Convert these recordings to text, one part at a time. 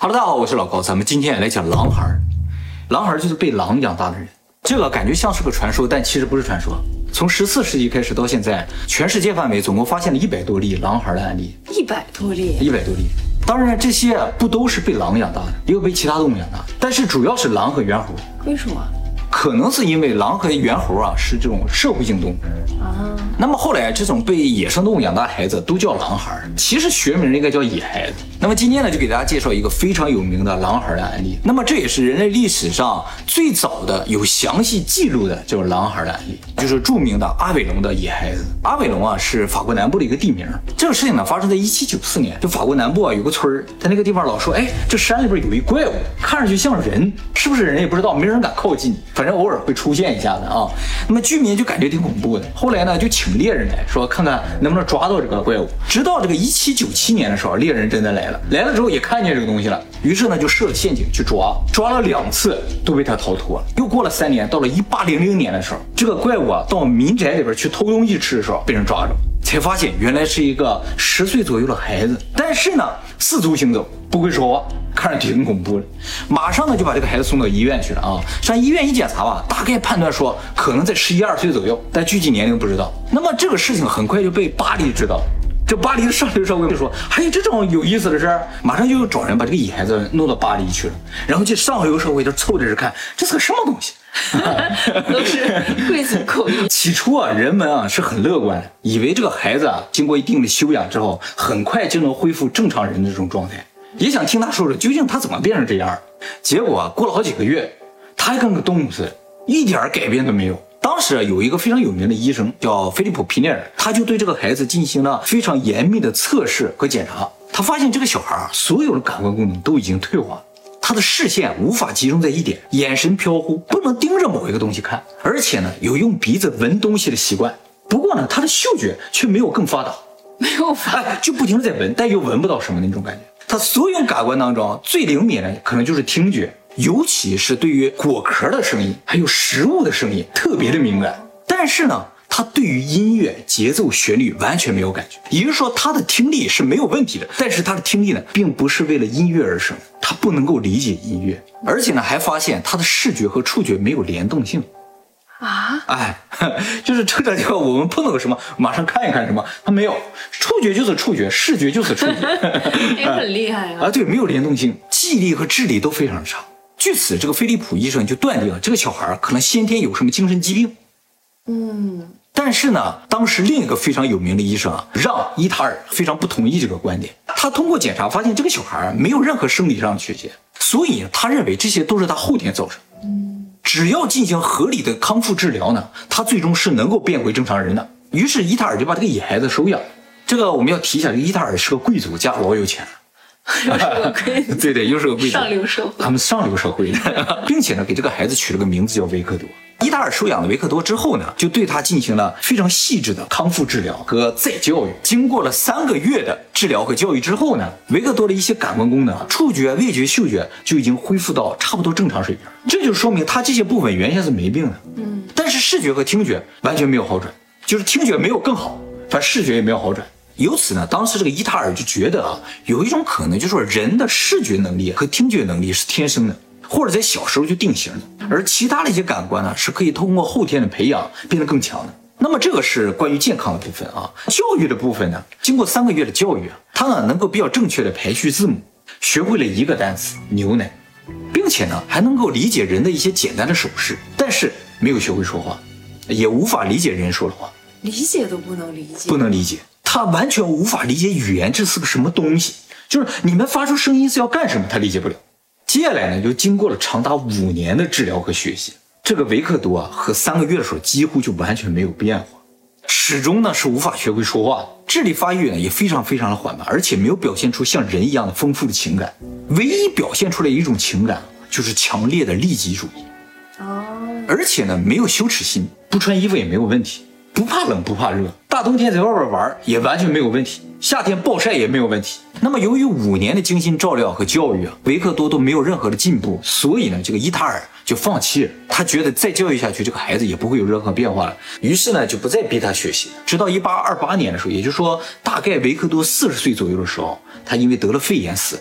Hello， 大家好，我是老高，咱们今天也来讲狼孩。狼孩就是被狼养大的人，这个感觉像是个传说，但其实不是传说。从14世纪开始到现在，全世界范围总共发现了100多例狼孩的案例。 100多例 ？100多例。当然，这些不都是被狼养大的，也有被其他动物养大，但是主要是狼和猿猴。 为什么？ 可能是因为狼和猿猴是这种社会性动物啊。那么后来这种被野生动物养大的孩子都叫狼孩，其实学名应该叫野孩子。那么今天呢，就给大家介绍一个非常有名的狼孩的案例。那么这也是人类历史上最早的有详细记录的这种狼孩的案例，就是著名的阿韦龙的野孩子。阿韦龙是法国南部的一个地名。这个事情呢发生在1794年，就法国南部有个村在那个地方老说，这山里边有一怪物，看上去像人，是不是人也不知道，没人敢靠近，反正偶尔会出现一下的啊。那么居民就感觉挺恐怖的，后来呢就请猎人来说看看能不能抓到这个怪物。直到这个1797年的时候，猎人真的来了之后也看见这个东西了，于是呢就设了陷阱去抓了2次都被他逃脱了。又过了3年，到了1800年的时候，这个怪物到民宅里边去偷东西吃的时候被人抓着，才发现原来是一个10岁左右的孩子，但是呢四足行走，不会说话，看着挺恐怖的。马上呢就把这个孩子送到医院去了啊。上医院一检查吧，大概判断说可能在11、12岁左右，但具体年龄不知道。那么这个事情很快就被巴黎知道，这巴黎的上流社会就说还有这种有意思的事儿，马上就找人把这个野孩子弄到巴黎去了。然后这上流社会就凑着看这是个什么东西都是贵族口音。 起初人们是很乐观的，以为这个孩子经过一定的修养之后，很快就能恢复正常人的这种状态，也想听他说说究竟他怎么变成这样。结果过了好几个月，他还跟个动物似的，一点改变都没有。当时有一个非常有名的医生叫菲利普·皮涅尔，他就对这个孩子进行了非常严密的测试和检查。他发现这个小孩所有的感官功能都已经退化，他的视线无法集中在一点，眼神飘忽，不能盯着某一个东西看，而且呢有用鼻子闻东西的习惯。不过呢他的嗅觉却没有更发达， 没有发达， 就不停地在闻，但又闻不到什么那种感觉。他所有感官当中最灵敏的可能就是听觉，尤其是对于果壳的声音还有食物的声音特别的敏感。但是呢他对于音乐、节奏、旋律完全没有感觉，也就是说他的听力是没有问题的，但是他的听力呢并不是为了音乐而生，他不能够理解音乐，而且呢还发现他的视觉和触觉没有联动性啊！就是这个地方我们碰到个什么马上看一看什么，他没有，触觉就是触觉，视觉就是触觉也很厉害啊！ 对，没有联动性，记忆力和智力都非常差。据此这个菲利普医生就断定这个小孩可能先天有什么精神疾病。但是呢当时另一个非常有名的医生让伊塔尔非常不同意这个观点。他通过检查发现这个小孩没有任何生理上的缺陷，所以他认为这些都是他后天造成的。只要进行合理的康复治疗呢，他最终是能够变回正常人的。于是伊塔尔就把这个野孩子收养。这个我们要提一下，这个伊塔尔是个贵族，家老有钱又是个贵族对，又是个贵族， 上流社会， 他们上流社会的并且呢给这个孩子取了个名字叫维克多。伊塔尔收养了维克多之后呢，就对他进行了非常细致的康复治疗和再教育。经过了3个月的治疗和教育之后呢，维克多的一些感官功能，触觉、味觉、嗅觉就已经恢复到差不多正常水平。这就说明他这些部分原先是没病的。但是视觉和听觉完全没有好转，就是听觉没有更好，反正视觉也没有好转。由此呢，当时这个伊塔尔就觉得有一种可能，就是说人的视觉能力和听觉能力是天生的，或者在小时候就定型的，而其他的一些感官呢是可以通过后天的培养变得更强的。那么这个是关于健康的部分教育的部分呢，经过3个月的教育他呢能够比较正确的排序字母，学会了1个单词牛奶，并且呢还能够理解人的一些简单的手势，但是没有学会说话，也无法理解人说的话， 理解都不能理解， 不能理解，他完全无法理解语言这是个什么东西，就是你们发出声音是要干什么他理解不了。接下来呢就经过了长达5年的治疗和学习，这个维克多和3个月的时候几乎就完全没有变化，始终呢是无法学会说话的，智力发育呢也非常非常的缓慢，而且没有表现出像人一样的丰富的情感，唯一表现出来一种情感就是强烈的利己主义。而且呢没有羞耻心，不穿衣服也没有问题，不怕冷不怕热，大冬天在外边玩也完全没有问题，夏天暴晒也没有问题。那么由于5年的精心照料和教育维克多都没有任何的进步，所以呢这个伊塔尔就放弃了，他觉得再教育下去这个孩子也不会有任何变化了，于是呢就不再逼他学习。直到1828年的时候，也就是说大概维克多40岁左右的时候，他因为得了肺炎死了。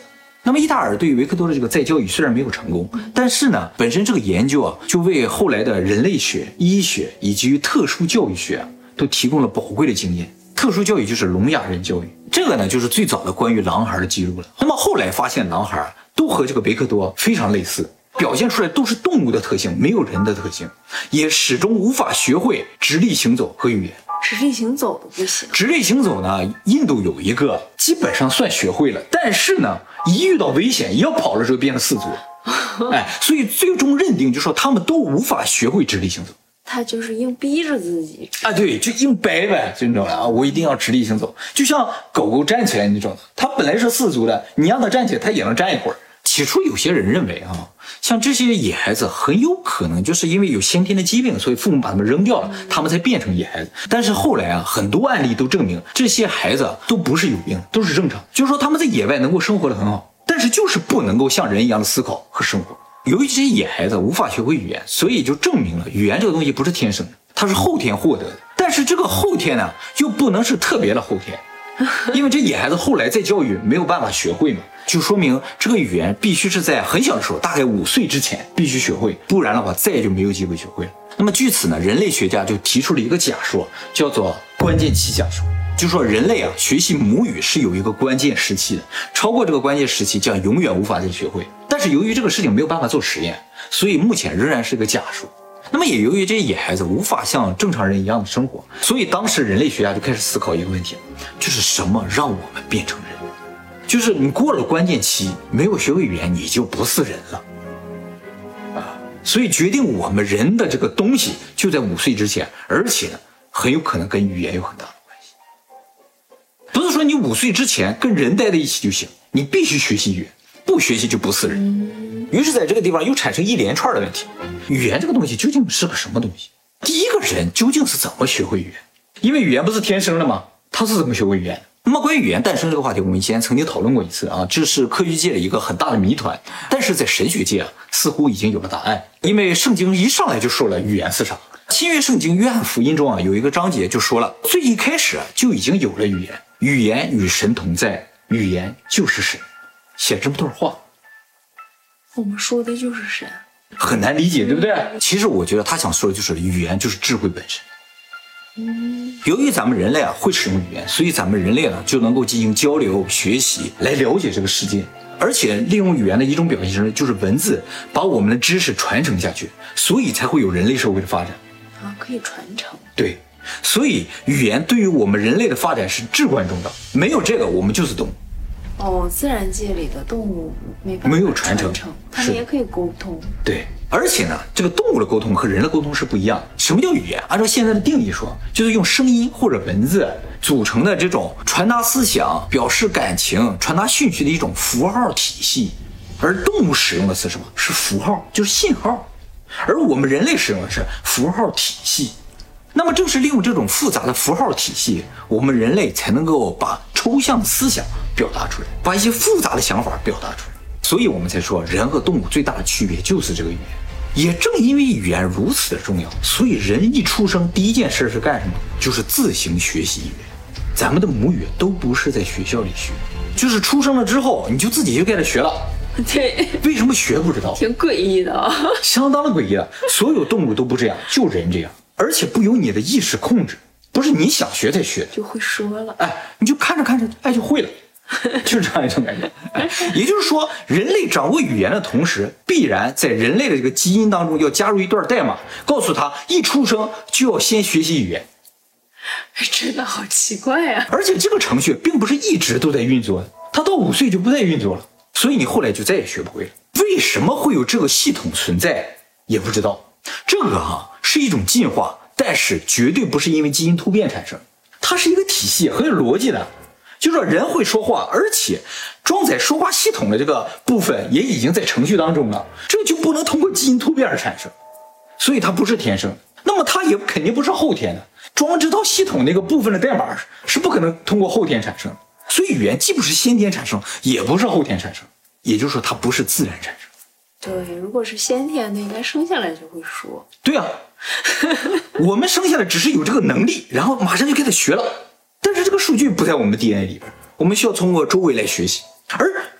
那么伊达尔对于维克多的这个再教育虽然没有成功，但是呢，本身这个研究啊，就为后来的人类学、医学以及特殊教育学都提供了宝贵的经验。特殊教育就是聋哑人教育，这个呢就是最早的关于狼孩的记录了。那么后来发现狼孩都和这个维克多非常类似，表现出来都是动物的特性，没有人的特性，也始终无法学会直立行走和语言。 直立行走都不行。 直立行走呢，印度有一个基本上算学会了，但是呢，一遇到危险，一要跑的时候变成四足。所以最终认定就说他们都无法学会直立行走。 他就是硬逼着自己对，就硬掰呗，就那种啊，我一定要直立行走，就像狗狗站起来那种，它本来是四足的，你让它站起来，它也能站一会儿。起初有些人认为像这些野孩子很有可能就是因为有先天的疾病，所以父母把他们扔掉了，他们才变成野孩子。但是后来很多案例都证明这些孩子都不是有病，都是正常，就是说他们在野外能够生活得很好，但是就是不能够像人一样的思考和生活。由于这些野孩子无法学会语言，所以就证明了语言这个东西不是天生的，它是后天获得的。但是这个后天呢，又不能是特别的后天，因为这野孩子后来再教育没有办法学会嘛，就说明这个语言必须是在很小的时候，大概5岁之前必须学会，不然的话再也就没有机会学会了。那么据此呢，人类学家就提出了一个假说，叫做关键期假说，就说人类学习母语是有一个关键时期的，超过这个关键时期将永远无法再学会。但是由于这个事情没有办法做实验，所以目前仍然是个假说。那么也由于这些野孩子无法像正常人一样的生活，所以当时人类学家就开始思考一个问题，就是什么让我们变成人？就是你过了关键期，没有学会语言，你就不是人了所以决定我们人的这个东西就在5岁之前，而且呢，很有可能跟语言有很大的关系。不是说你5岁之前跟人待在一起就行，你必须学习语言，不学习就不是人。于是在这个地方又产生一连串的问题，语言这个东西究竟是个什么东西？第一个人究竟是怎么学会语言？因为语言不是天生的吗？他是怎么学会语言的？那么关于语言诞生这个话题，我们以前曾经讨论过一次这是科学界的一个很大的谜团，但是在神学界似乎已经有了答案。因为圣经一上来就说了语言是啥，新约圣经约翰福音中有一个章节就说了，最一开始就已经有了语言，语言与神同在，语言就是神，写这么段话。 我们说的就是神， 很难理解，对不对？其实我觉得他想说的就是语言就是智慧本身。由于咱们人类会使用语言，所以咱们人类就能够进行交流、学习，来了解这个世界。而且利用语言的一种表现形式就是文字，把我们的知识传承下去，所以才会有人类社会的发展可以传承。 对，所以语言对于我们人类的发展是至关重要，没有这个我们就是动物。 自然界里的动物没有传承，它们也可以沟通。 对，而且呢，这个动物的沟通和人的沟通是不一样的。什么叫语言？按照现在的定义说，就是用声音或者文字组成的这种传达思想、表示感情、传达讯息的一种符号体系。而动物使用的是什么？是符号，就是信号。而我们人类使用的是符号体系。那么正是利用这种复杂的符号体系，我们人类才能够把抽象的思想表达出来，把一些复杂的想法表达出来。所以我们才说人和动物最大的区别就是这个语言。也正因为语言如此的重要，所以人一出生第一件事是干什么？就是自行学习语言。咱们的母语都不是在学校里学，就是出生了之后你就自己就开始学了。 对， 为什么学不知道？ 挺诡异的相当的诡异了。所有动物都不这样，就人这样，而且不由你的意识控制，不是你想学才学的， 就会说了。 你就看着看着，就会了，就是这样一种感觉。也就是说，人类掌握语言的同时，必然在人类的这个基因当中要加入一段代码，告诉他一出生就要先学习语言。 真的好奇怪啊！ 而且这个程序并不是一直都在运作的，它到5岁就不再运作了。所以你后来就再也学不会了。为什么会有这个系统存在也不知道。这个是一种进化，但是绝对不是因为基因突变产生，它是一个体系，很有逻辑的。就是说人会说话，而且装载说话系统的这个部分也已经在程序当中了，这就不能通过基因突变而产生，所以它不是天生。那么它也肯定不是后天的，装这套系统那个部分的代码是不可能通过后天产生的。所以语言既不是先天产生，也不是后天产生，也就是说它不是自然产生。 对，如果是先天的，应该生下来就会说。 对啊，我们生下来只是有这个能力，然后马上就开始学了。但是这个数据不在我们的 DNA 里边，我们需要通过周围来学习。而这个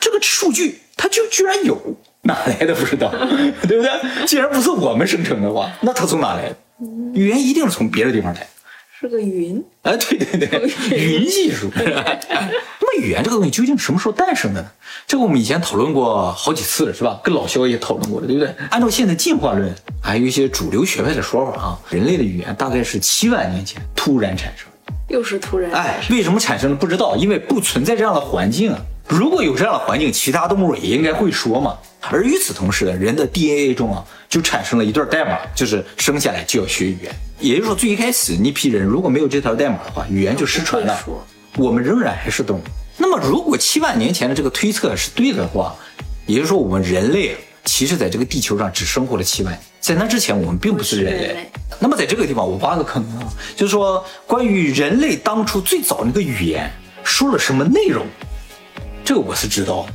数据它就居然有，哪来的不知道，对不对？既然不是我们生成的话，那它从哪来的？语言一定是从别的地方来的。 是个云， 哎，对对对，云技术。那么语言这个东西究竟什么时候诞生的呢？这个我们以前讨论过好几次了，是吧？跟老肖也讨论过了，对不对？按照现在进化论，还有一些主流学派的说法啊，人类的语言大概是7万年前突然产生。 又是突然。 哎，为什么产生了不知道，因为不存在这样的环境啊。如果有这样的环境，其他动物也应该会说嘛。而与此同时呢，人的 DNA 中啊，就产生了一段代码，就是生下来就要学语言。也就是说，最一开始那批人如果没有这条代码的话，语言就失传了，我们仍然还是动物。那么，如果7万年前的这个推测是对的话，也就是说，我们人类其实在这个地球上只生活了7万年，在那之前我们并不是人类。那么在这个地方我挖个坑啊，就是说关于人类当初最早那个语言说了什么内容，这个我是知道的。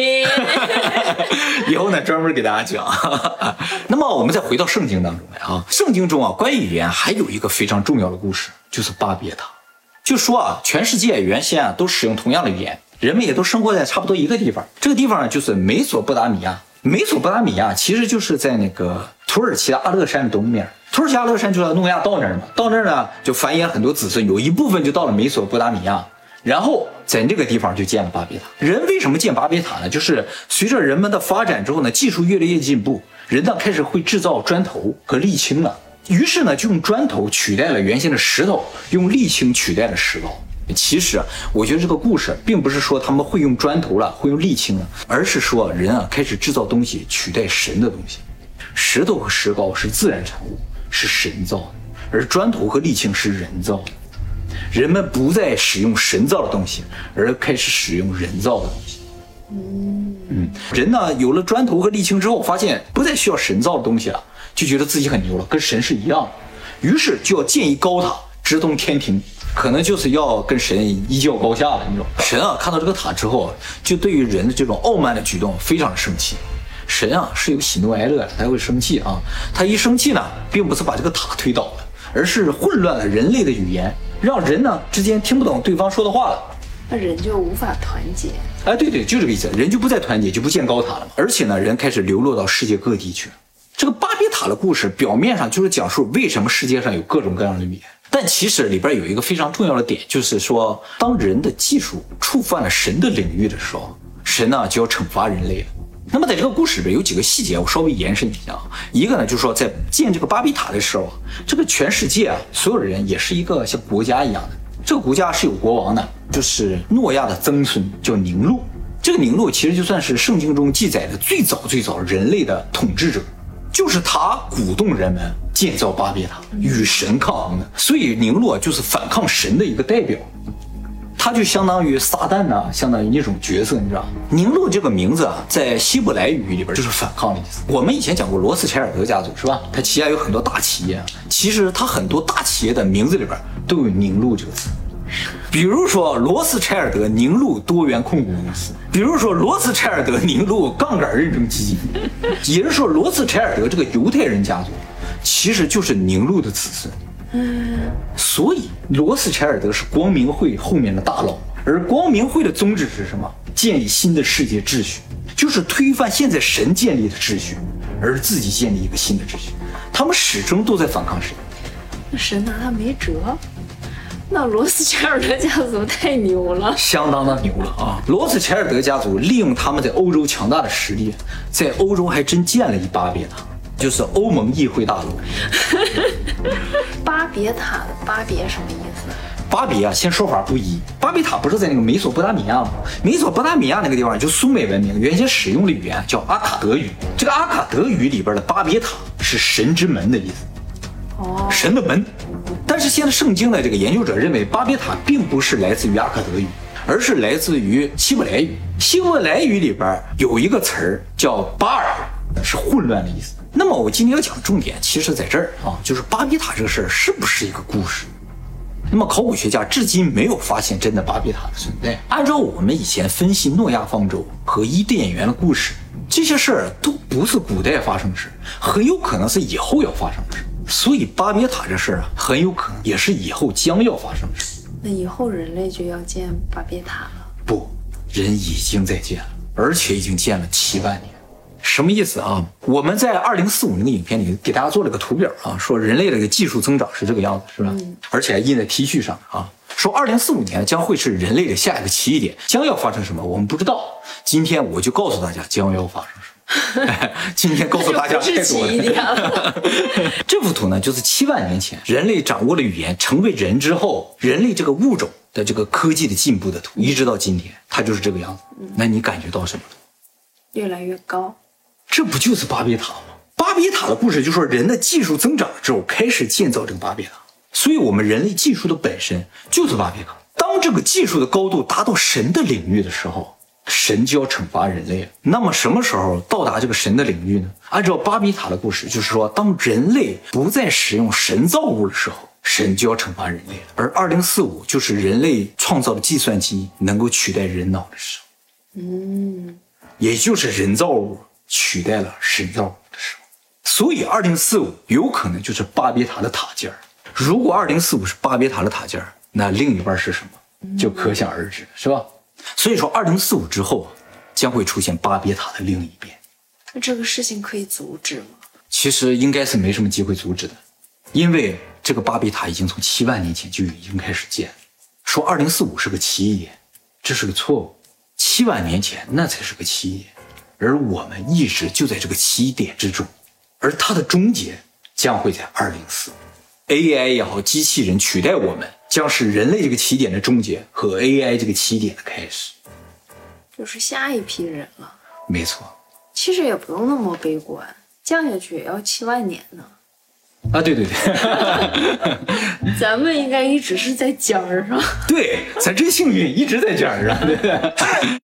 以后呢专门给大家讲。那么我们再回到圣经当中来啊，圣经中啊关于语言还有一个非常重要的故事，就是巴别塔。就说啊全世界原先啊都使用同样的语言，人们也都生活在差不多一个地方，这个地方呢就是美索不达米亚。美索不达米亚其实就是在那个土耳其的阿勒山的东面，土耳其阿勒山就在诺亚到那儿嘛，到那儿呢就繁衍很多子孙，有一部分就到了美索不达米亚，然后在这个地方就建了巴别塔。人为什么建巴别塔呢？就是随着人们的发展之后呢，技术越来越进步，人呢开始会制造砖头和沥青了，于是呢就用砖头取代了原先的石头，用沥青取代了石膏。其实我觉得这个故事并不是说他们会用砖头了，会用沥青了，而是说人啊开始制造东西取代神的东西。石头和石膏是自然产物，是神造的，而砖头和沥青是人造的。人们不再使用神造的东西，而开始使用人造的东西。人呢有了砖头和沥青之后，发现不再需要神造的东西了，就觉得自己很牛了，跟神是一样的，于是就要建一高塔直通天庭，可能就是要跟神一较高下了那种。神啊看到这个塔之后，就对于人的这种傲慢的举动非常生气。神啊是有喜怒哀乐的，他会生气啊。他一生气呢，并不是把这个塔推倒了，而是混乱了人类的语言，让人呢之间听不懂对方说的话了。 那人就无法团结。 哎，对对，就这个意思，人就不再团结，就不建高塔了嘛。而且呢，人开始流落到世界各地去了。这个巴别塔的故事表面上就是讲述为什么世界上有各种各样的语言，但其实里边有一个非常重要的点，就是说当人的技术触犯了神的领域的时候，神呢就要惩罚人类了。那么在这个故事里边有几个细节我稍微延伸一下啊。一个呢就是说在建这个巴别塔的时候，这个全世界啊所有的人也是一个像国家一样的，这个国家是有国王的，就是诺亚的曾孙叫宁禄。这个宁禄其实就算是圣经中记载的最早人类的统治者，就是他鼓动人们建造巴别塔与神抗衡的，所以宁禄就是反抗神的一个代表。他就相当于撒旦啊，相当于那种角色，你知道宁禄这个名字啊，在希伯来语里边就是反抗的意思。我们以前讲过罗斯柴尔德家族是吧？他旗下有很多大企业，其实他很多大企业的名字里边都有宁禄这个词。比如说罗斯柴尔德宁禄多元控股公司，比如说罗斯柴尔德宁禄杠杆认证基金，也就是说罗斯柴尔德这个犹太人家族其实就是宁禄的子孙。所以罗斯柴尔德是光明会后面的大佬，而光明会的宗旨是什么？建立新的世界秩序，就是推翻现在神建立的秩序，而自己建立一个新的秩序。他们始终都在反抗神， 那神拿他没辙。那罗斯柴尔德家族太牛了， 相当的牛了啊！罗斯柴尔德家族利用他们在欧洲强大的实力，在欧洲还真建了一巴别塔，就是欧盟议会大楼。 巴别塔的巴别什么意思？ 巴别啊，先说法不一。巴别塔不是在那个美索不达米亚吗？美索不达米亚那个地方就苏美文明原先使用的语言叫阿卡德语，这个阿卡德语里边的巴别塔是神之门的意思。哦，神的门。但是现在圣经的这个研究者认为，巴别塔并不是来自于阿卡德语，而是来自于希伯来语。希伯来语里边有一个词儿叫巴尔，是混乱的意思。那么我今天要讲重点其实在这儿啊，就是巴别塔这个事儿是不是一个故事？那么考古学家至今没有发现真的巴别塔的存在。按照我们以前分析诺亚方舟和伊甸园的故事，这些事儿都不是古代发生的事，很有可能是以后要发生的事。所以巴别塔这事儿啊，很有可能也是以后将要发生的事。 那以后人类就要建巴别塔了？ 不，人已经在建了。 而且已经建了7万年。什么意思啊？我们在2045那个影片里给大家做了个图表啊，说人类的技术增长是这个样子，是吧？而且还印在 T 恤上啊。说2045年将会是人类的下一个起点，将要发生什么我们不知道。今天我就告诉大家将要发生什么。今天告诉大家太多了。这幅图呢，就是7万年前人类掌握了语言，成为人之后，人类这个物种的这个科技的进步的图，一直到今天，它就是这个样子。那你感觉到什么了？ 越来越高。 这不就是巴别塔吗？巴别塔的故事就说人的技术增长之后开始建造这个巴别塔，所以我们人类技术的本身就是巴别塔。当这个技术的高度达到神的领域的时候，神就要惩罚人类了。那么什么时候到达这个神的领域呢？按照巴别塔的故事，就是说当人类不再使用神造物的时候，神就要惩罚人类了。而2045就是人类创造的计算机能够取代人脑的时候。也就是人造物取代了神造物的时候。所以2045有可能就是巴别塔的塔尖儿。如果2045是巴别塔的塔尖儿，那另一半是什么？就可想而知，是吧？所以说2045之后将会出现巴别塔的另一边。 那这个事情可以阻止吗？ 其实应该是没什么机会阻止的，因为这个巴别塔已经从7万年前就已经开始建了。说2045是个起点，这是个错误。7万年前那才是个起点，而我们一直就在这个起点之中，而它的终结将会在2045。AI 也好，机器人取代我们，将是人类这个起点的终结和 AI 这个起点的开始， 就是下一批人了。 没错。 其实也不用那么悲观，降下去也要7万年呢。 啊，对， 咱们应该一直是在尖儿上。 对，咱真幸运，一直在尖儿上。对。